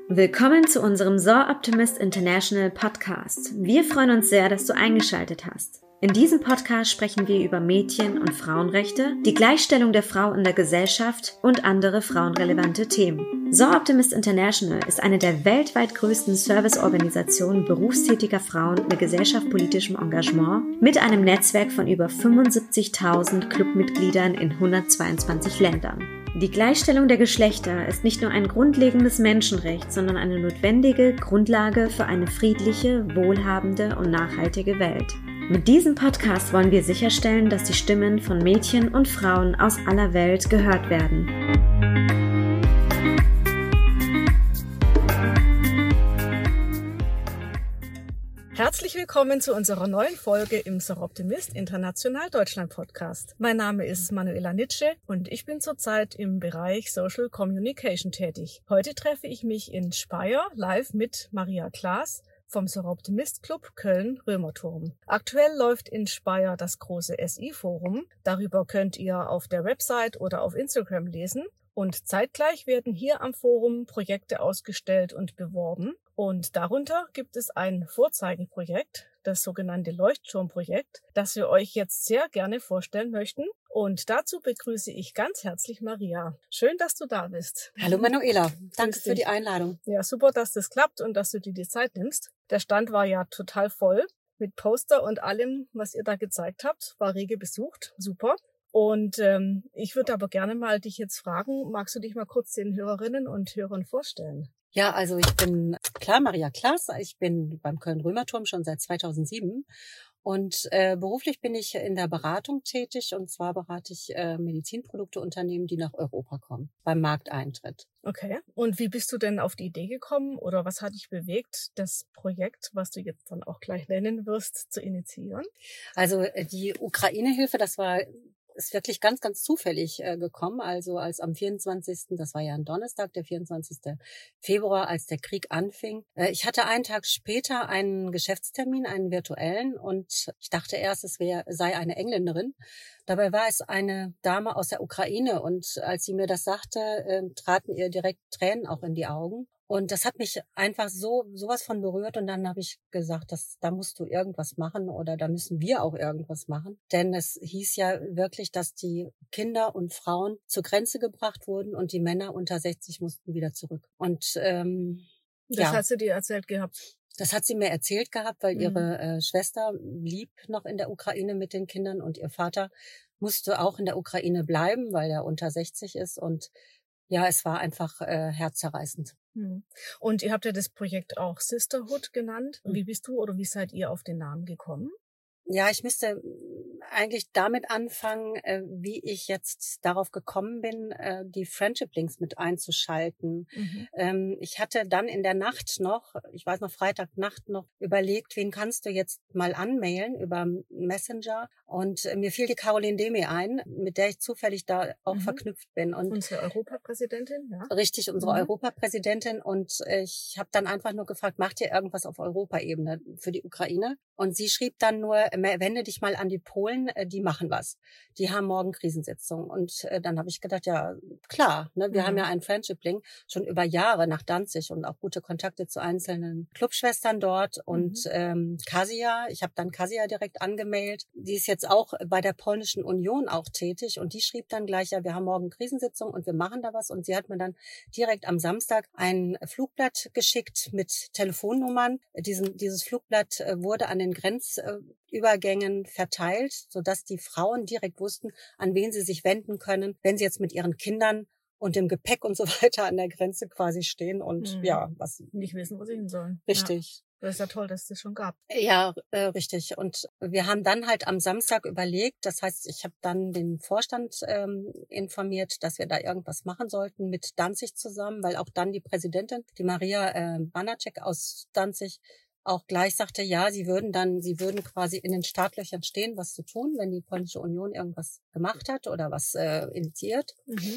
Willkommen zu unserem SOAR Optimist International Podcast. Wir freuen uns sehr, dass du eingeschaltet hast. In diesem Podcast sprechen wir über Mädchen- und Frauenrechte, die Gleichstellung der Frau in der Gesellschaft und andere frauenrelevante Themen. SOAR Optimist International ist eine der weltweit größten Serviceorganisationen berufstätiger Frauen mit gesellschaftspolitischem Engagement mit einem Netzwerk von über 75.000 Clubmitgliedern in 122 Ländern. Die Gleichstellung der Geschlechter ist nicht nur ein grundlegendes Menschenrecht, sondern eine notwendige Grundlage für eine friedliche, wohlhabende und nachhaltige Welt. Mit diesem Podcast wollen wir sicherstellen, dass die Stimmen von Mädchen und Frauen aus aller Welt gehört werden. Herzlich willkommen zu unserer neuen Folge im SOAR Optimist International Deutschland Podcast. Mein Name ist Manuela Nitsche und ich bin zurzeit im Bereich Social Communication tätig. Heute treffe ich mich in Speyer live mit Maria Klaas vom SOAR Optimist Club Köln-Römerturm. Aktuell läuft in Speyer das große SI-Forum. Darüber könnt ihr auf der Website oder auf Instagram lesen. Und zeitgleich werden hier am Forum Projekte ausgestellt und beworben. Und darunter gibt es ein Vorzeigeprojekt, das sogenannte Leuchtturmprojekt, das wir euch jetzt sehr gerne vorstellen möchten. Und dazu begrüße ich ganz herzlich Maria. Schön, dass du da bist. Hallo Manuela, danke für die Einladung. Ja, super, dass das klappt und dass du dir die Zeit nimmst. Der Stand war ja total voll mit Poster und allem, was ihr da gezeigt habt. War rege besucht, super. Und ich würde aber gerne mal dich jetzt fragen, magst du dich mal kurz den Hörerinnen und Hörern vorstellen? Ja, also ich bin Maria Klaas. Ich bin beim Köln-Römerturm schon seit 2007 und beruflich bin ich in der Beratung tätig, und zwar berate ich Medizinprodukteunternehmen, die nach Europa kommen, beim Markteintritt. Okay, und wie bist du denn auf die Idee gekommen oder was hat dich bewegt, das Projekt, was du jetzt dann auch gleich nennen wirst, zu initiieren? Also die Ukraine-Hilfe, ist wirklich ganz, ganz zufällig gekommen. Also als am 24., das war ja ein Donnerstag, der 24. Februar, als der Krieg anfing. Ich hatte einen Tag später einen Geschäftstermin, einen virtuellen, und ich dachte erst, sei eine Engländerin. Dabei war es eine Dame aus der Ukraine, und als sie mir das sagte, traten ihr direkt Tränen auch in die Augen. Und das hat mich einfach sowas von berührt, und dann habe ich gesagt, da musst du irgendwas machen, oder da müssen wir auch irgendwas machen. Denn es hieß ja wirklich, dass die Kinder und Frauen zur Grenze gebracht wurden und die Männer unter 60 mussten wieder zurück. Und das hat sie dir erzählt gehabt? Das hat sie mir erzählt gehabt, weil ihre Schwester blieb noch in der Ukraine mit den Kindern und ihr Vater musste auch in der Ukraine bleiben, weil er unter 60 ist. Und ja, es war einfach herzzerreißend. Und ihr habt ja das Projekt auch Sisterhood genannt. Wie bist du oder wie seid ihr auf den Namen gekommen? Ja, ich müsste eigentlich damit anfangen, wie ich jetzt darauf gekommen bin, die Friendship Links mit einzuschalten. Ich hatte dann in der Nacht noch, ich weiß noch, Freitagnacht noch überlegt, wen kannst du jetzt mal anmailen über Messenger, und mir fiel die Caroline Deme ein, mit der ich zufällig da auch verknüpft bin. Und unsere Europapräsidentin, ja? Richtig, unsere Europapräsidentin, und ich habe dann einfach nur gefragt, macht ihr irgendwas auf Europaebene für die Ukraine? Und sie schrieb dann nur, wende dich mal an die Polen, die machen was. Die haben morgen Krisensitzung. Und dann habe ich gedacht, ja klar, ne, wir haben ja einen Friendship Link schon über Jahre nach Danzig und auch gute Kontakte zu einzelnen Clubschwestern dort. Und Kasia, ich habe dann Kasia direkt angemailt. Die ist jetzt auch bei der Polnischen Union auch tätig, und die schrieb dann gleich, ja, wir haben morgen Krisensitzung und wir machen da was. Und sie hat mir dann direkt am Samstag ein Flugblatt geschickt mit Telefonnummern. Dieses Flugblatt wurde an den Grenzübergängen verteilt, sodass die Frauen direkt wussten, an wen sie sich wenden können, wenn sie jetzt mit ihren Kindern und dem Gepäck und so weiter an der Grenze quasi stehen und was nicht wissen, wo sie hin sollen. Richtig. Ja. Das ist ja toll, dass es das schon gab. Ja, richtig. Und wir haben dann halt am Samstag überlegt, das heißt, ich habe dann den Vorstand informiert, dass wir da irgendwas machen sollten mit Danzig zusammen, weil auch dann die Präsidentin, die Maria Banacek aus Danzig, auch gleich sagte, ja, sie würden quasi in den Startlöchern stehen, was zu tun, wenn die Polnische Union irgendwas gemacht hat oder was initiiert.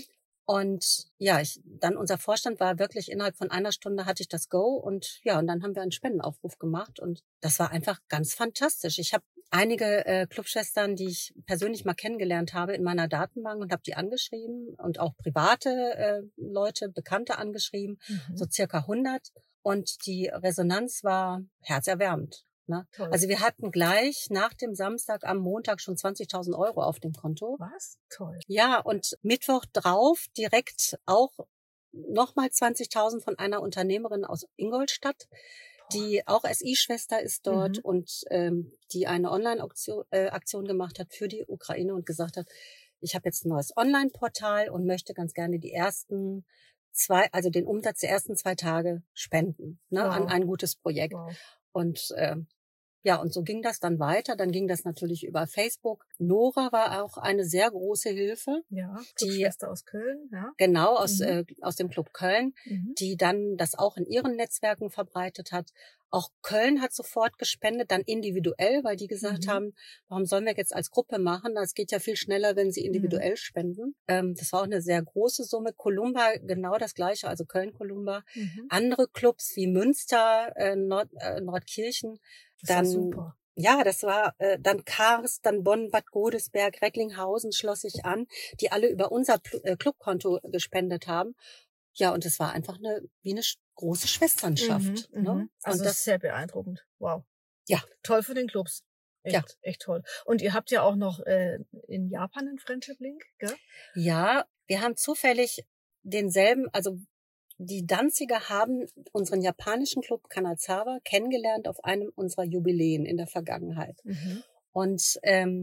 Und ja, dann unser Vorstand war wirklich, innerhalb von einer Stunde hatte ich das Go, und ja, und dann haben wir einen Spendenaufruf gemacht, und das war einfach ganz fantastisch. Ich habe einige Clubschwestern, die ich persönlich mal kennengelernt habe in meiner Datenbank und habe die angeschrieben und auch private Leute, Bekannte angeschrieben, so circa 100. Und die Resonanz war herzerwärmend. Ne? Also wir hatten gleich nach dem Samstag am Montag schon 20.000 Euro auf dem Konto. Was? Toll. Ja, und Mittwoch drauf direkt auch nochmal 20.000 von einer Unternehmerin aus Ingolstadt, die auch SI-Schwester ist dort und die eine Online-Aktion gemacht hat für die Ukraine und gesagt hat, ich habe jetzt ein neues Online-Portal und möchte ganz gerne den Umsatz der ersten 2 Tage spenden, ne, an ein gutes Projekt. Wow. Und und so ging das dann weiter. Dann ging das natürlich über Facebook. Nora war auch eine sehr große Hilfe. Ja, Clubschwester aus Köln. Ja. Genau, aus dem Club Köln, die dann das auch in ihren Netzwerken verbreitet hat. Auch Köln hat sofort gespendet, dann individuell, weil die gesagt haben, warum sollen wir jetzt als Gruppe machen? Das geht ja viel schneller, wenn sie individuell spenden. Das war auch eine sehr große Summe. Columba genau das Gleiche, also Köln-Columba. Andere Clubs wie Münster, Nordkirchen. Das war super. Ja, das war dann Kars, dann Bonn, Bad Godesberg, Recklinghausen schloss sich an, die alle über unser Clubkonto gespendet haben. Ja, und es war einfach wie eine große Schwesternschaft. Ne? Also das ist sehr beeindruckend. Wow. Ja. Toll für den Clubs. Echt toll. Und ihr habt ja auch noch in Japan einen Friendship Link, gell? Ja, wir haben zufällig denselben, also die Danziger haben unseren japanischen Club Kanazawa kennengelernt auf einem unserer Jubiläen in der Vergangenheit. Und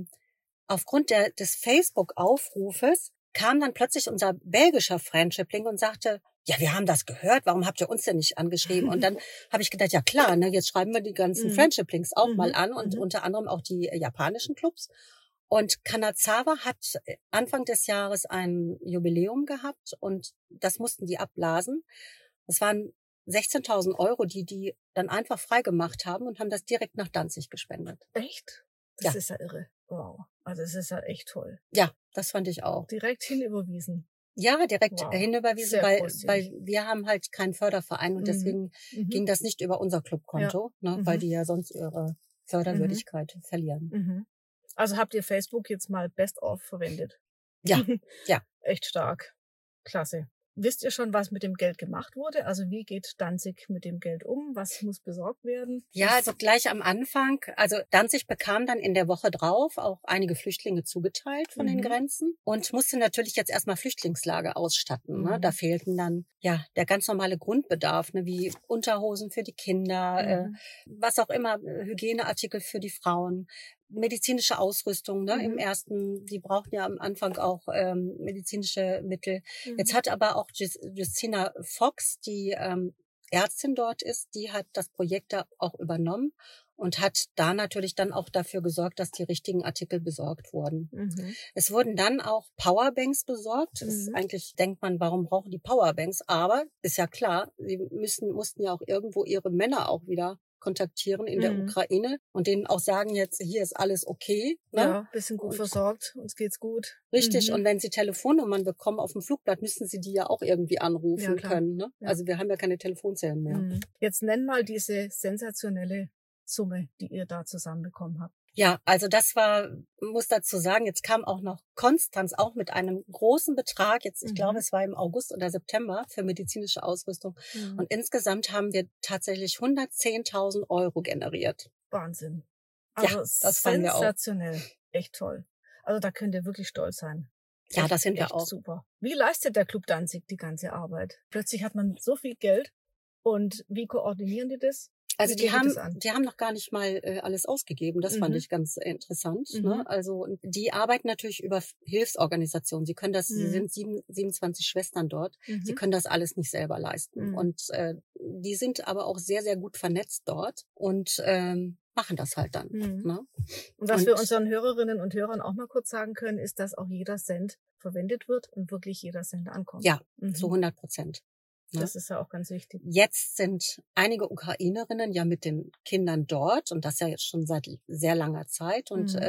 aufgrund des Facebook-Aufrufes kam dann plötzlich unser belgischer Friendship Link und sagte, ja, wir haben das gehört, warum habt ihr uns denn nicht angeschrieben? Und dann habe ich gedacht, ja klar, ne, jetzt schreiben wir die ganzen Friendship Links auch mal an und unter anderem auch die japanischen Clubs. Und Kanazawa hat Anfang des Jahres ein Jubiläum gehabt und das mussten die abblasen. Das waren 16.000 Euro, die dann einfach freigemacht haben und haben das direkt nach Danzig gespendet. Echt? Das ist ja irre. Wow. Also es ist ja echt toll. Ja, das fand ich auch. Direkt hinüberwiesen. Ja, direkt hinüberwiesen, weil wir haben halt keinen Förderverein und deswegen ging das nicht über unser Clubkonto, weil die ja sonst ihre Förderwürdigkeit verlieren. Also habt ihr Facebook jetzt mal Best of verwendet? Ja, ja. Echt stark. Klasse. Wisst ihr schon, was mit dem Geld gemacht wurde? Also wie geht Danzig mit dem Geld um? Was muss besorgt werden? Ja, also gleich am Anfang. Also Danzig bekam dann in der Woche drauf auch einige Flüchtlinge zugeteilt von den Grenzen und musste natürlich jetzt erstmal Flüchtlingslager ausstatten. Ne? Da fehlten dann der ganz normale Grundbedarf, ne? Wie Unterhosen für die Kinder, was auch immer, Hygieneartikel für die Frauen. Medizinische Ausrüstung, ne? Im ersten, die brauchten ja am Anfang auch medizinische Mittel. Jetzt hat aber auch Justina Fox, die Ärztin dort ist, die hat das Projekt da auch übernommen und hat da natürlich dann auch dafür gesorgt, dass die richtigen Artikel besorgt wurden. Es wurden dann auch Powerbanks besorgt. Das ist eigentlich, denkt man, warum brauchen die Powerbanks? Aber ist ja klar, sie mussten ja auch irgendwo ihre Männer auch wieder kontaktieren in der Ukraine und denen auch sagen jetzt, hier ist alles okay. Ne? Ja, bisschen gut versorgt, uns geht's gut. Richtig, und wenn sie Telefonnummern bekommen auf dem Flugblatt, müssen sie die ja auch irgendwie anrufen können. Ne? Ja. Also wir haben ja keine Telefonzellen mehr. Jetzt nenn mal diese sensationelle Summe, die ihr da zusammenbekommen habt. Ja, also das war, muss dazu sagen, jetzt kam auch noch Konstanz auch mit einem großen Betrag, jetzt ich glaube, es war im August oder September für medizinische Ausrüstung und insgesamt haben wir tatsächlich 110.000 Euro generiert. Wahnsinn. Also das sensationell, echt toll. Also da könnt ihr wirklich stolz sein. Ja, das sind wir auch. Super. Wie leistet der Club Danzig die ganze Arbeit? Plötzlich hat man so viel Geld und wie koordinieren die das? Also die haben noch gar nicht mal alles ausgegeben. Das fand ich ganz interessant. Ne? Also die arbeiten natürlich über Hilfsorganisationen. Sie können das, sie sind 27 Schwestern dort. Sie können das alles nicht selber leisten. Und die sind aber auch sehr, sehr gut vernetzt dort und machen das halt dann. Ne? Und was wir unseren Hörerinnen und Hörern auch mal kurz sagen können, ist, dass auch jeder Cent verwendet wird und wirklich jeder Cent ankommt. Ja, zu 100%. Das ist ja auch ganz wichtig. Jetzt sind einige Ukrainerinnen ja mit den Kindern dort und das ja jetzt schon seit sehr langer Zeit und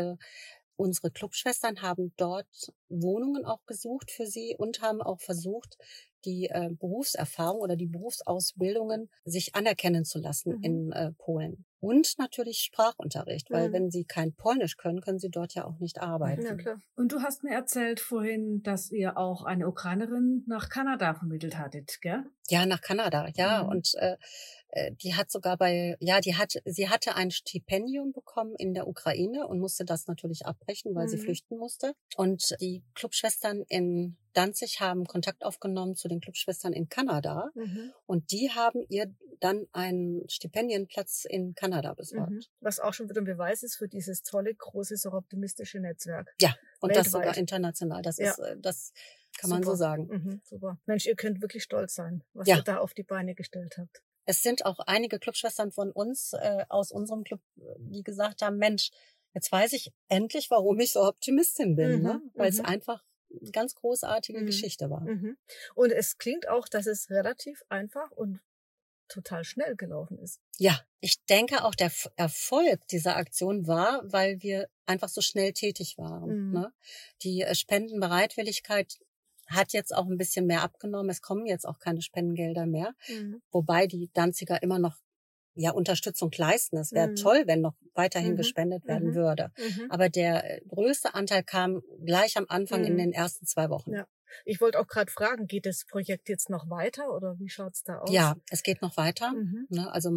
unsere Clubschwestern haben dort Wohnungen auch gesucht für sie und haben auch versucht, die Berufserfahrung oder die Berufsausbildungen sich anerkennen zu lassen in Polen. Und natürlich Sprachunterricht, weil wenn sie kein Polnisch können, können sie dort ja auch nicht arbeiten. Ja, klar. Und du hast mir erzählt vorhin, dass ihr auch eine Ukrainerin nach Kanada vermittelt hattet, gell? Ja, nach Kanada, ja. Und die hat sogar sie hatte ein Stipendium bekommen in der Ukraine und musste das natürlich abbrechen, weil sie flüchten musste. Und die Clubschwestern in Danzig haben Kontakt aufgenommen zu den Clubschwestern in Kanada. Und die haben ihr dann einen Stipendienplatz in Kanada besorgt. Was auch schon wieder ein Beweis ist für dieses tolle, große, optimistische Netzwerk. Ja, und weltweit. das sogar international. Das ist, das kann man so sagen. Super. Mensch, ihr könnt wirklich stolz sein, was ihr da auf die Beine gestellt habt. Es sind auch einige Clubschwestern von uns aus unserem Club, die gesagt haben, Mensch, jetzt weiß ich endlich, warum ich so Optimistin bin, ne? Weil es einfach eine ganz großartige Geschichte war. Und es klingt auch, dass es relativ einfach und total schnell gelaufen ist. Ja, ich denke auch der Erfolg dieser Aktion war, weil wir einfach so schnell tätig waren. Ne? Die Spendenbereitwilligkeit hat jetzt auch ein bisschen mehr abgenommen. Es kommen jetzt auch keine Spendengelder mehr, wobei die Danziger immer noch Unterstützung leisten. Es wäre toll, wenn noch weiterhin gespendet werden würde. Aber der größte Anteil kam gleich am Anfang in den ersten 2 Wochen. Ja. Ich wollte auch gerade fragen, geht das Projekt jetzt noch weiter oder wie schaut's da aus? Ja, es geht noch weiter. Ne? Also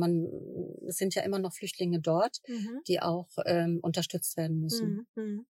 es sind ja immer noch Flüchtlinge dort, die auch unterstützt werden müssen.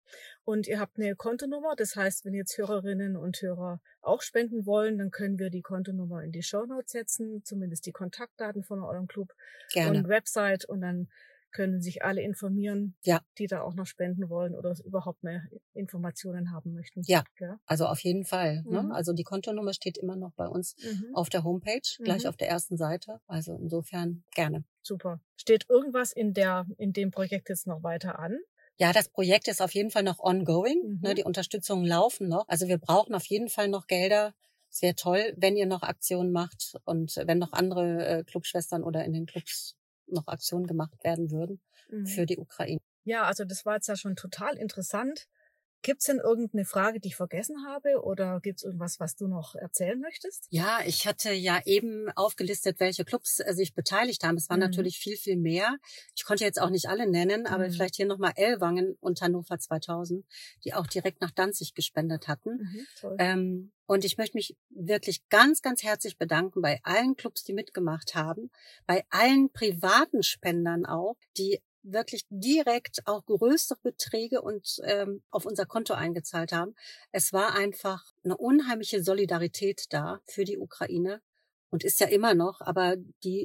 Und ihr habt eine Kontonummer, das heißt, wenn jetzt Hörerinnen und Hörer auch spenden wollen, dann können wir die Kontonummer in die Shownotes setzen, zumindest die Kontaktdaten von eurem Club und Website, und dann können sich alle informieren, die da auch noch spenden wollen oder überhaupt mehr Informationen haben möchten. Ja, also auf jeden Fall. Ne? Also die Kontonummer steht immer noch bei uns auf der Homepage, gleich auf der ersten Seite. Also insofern gerne. Super. Steht irgendwas in dem Projekt jetzt noch weiter an? Ja, das Projekt ist auf jeden Fall noch ongoing. Ne? Die Unterstützungen laufen noch. Also wir brauchen auf jeden Fall noch Gelder. Es wäre toll, wenn ihr noch Aktionen macht und wenn noch andere Clubschwestern oder in den Clubs noch Aktionen gemacht werden würden für die Ukraine. Ja, also das war jetzt ja schon total interessant. Gibt's denn irgendeine Frage, die ich vergessen habe, oder gibt's irgendwas, was du noch erzählen möchtest? Ja, ich hatte ja eben aufgelistet, welche Clubs sich beteiligt haben. Es waren natürlich viel, viel mehr. Ich konnte jetzt auch nicht alle nennen, aber vielleicht hier nochmal Ellwangen und Hannover 2000, die auch direkt nach Danzig gespendet hatten. Toll. Und ich möchte mich wirklich ganz, ganz herzlich bedanken bei allen Clubs, die mitgemacht haben, bei allen privaten Spendern auch, die wirklich direkt auch größere Beträge und auf unser Konto eingezahlt haben. Es war einfach eine unheimliche Solidarität da für die Ukraine und ist ja immer noch, aber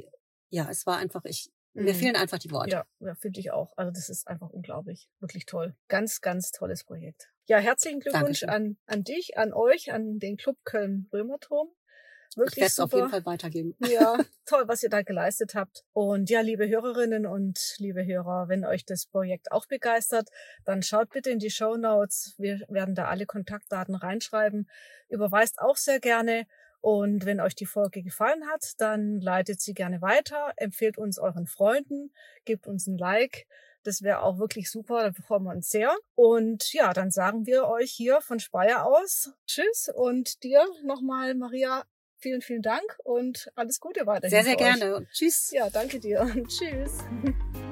es war einfach, mir fehlen einfach die Worte. Ja, finde ich auch. Also das ist einfach unglaublich, wirklich toll. Ganz, ganz tolles Projekt. Ja, herzlichen Glückwunsch an dich, an euch, an den Club Köln-Römerturm. Wirklich ich werde es auf jeden super. Fall weitergeben. Ja, toll, was ihr da geleistet habt. Und ja, liebe Hörerinnen und liebe Hörer, wenn euch das Projekt auch begeistert, dann schaut bitte in die Shownotes. Wir werden da alle Kontaktdaten reinschreiben. Überweist auch sehr gerne. Und wenn euch die Folge gefallen hat, dann leitet sie gerne weiter, empfehlt uns euren Freunden, gebt uns ein Like. Das wäre auch wirklich super, da freuen wir uns sehr. Und ja, dann sagen wir euch hier von Speyer aus Tschüss, und dir nochmal, Maria, vielen, vielen Dank und alles Gute weiterhin. Sehr, sehr gerne. Und tschüss. Ja, danke dir. Tschüss.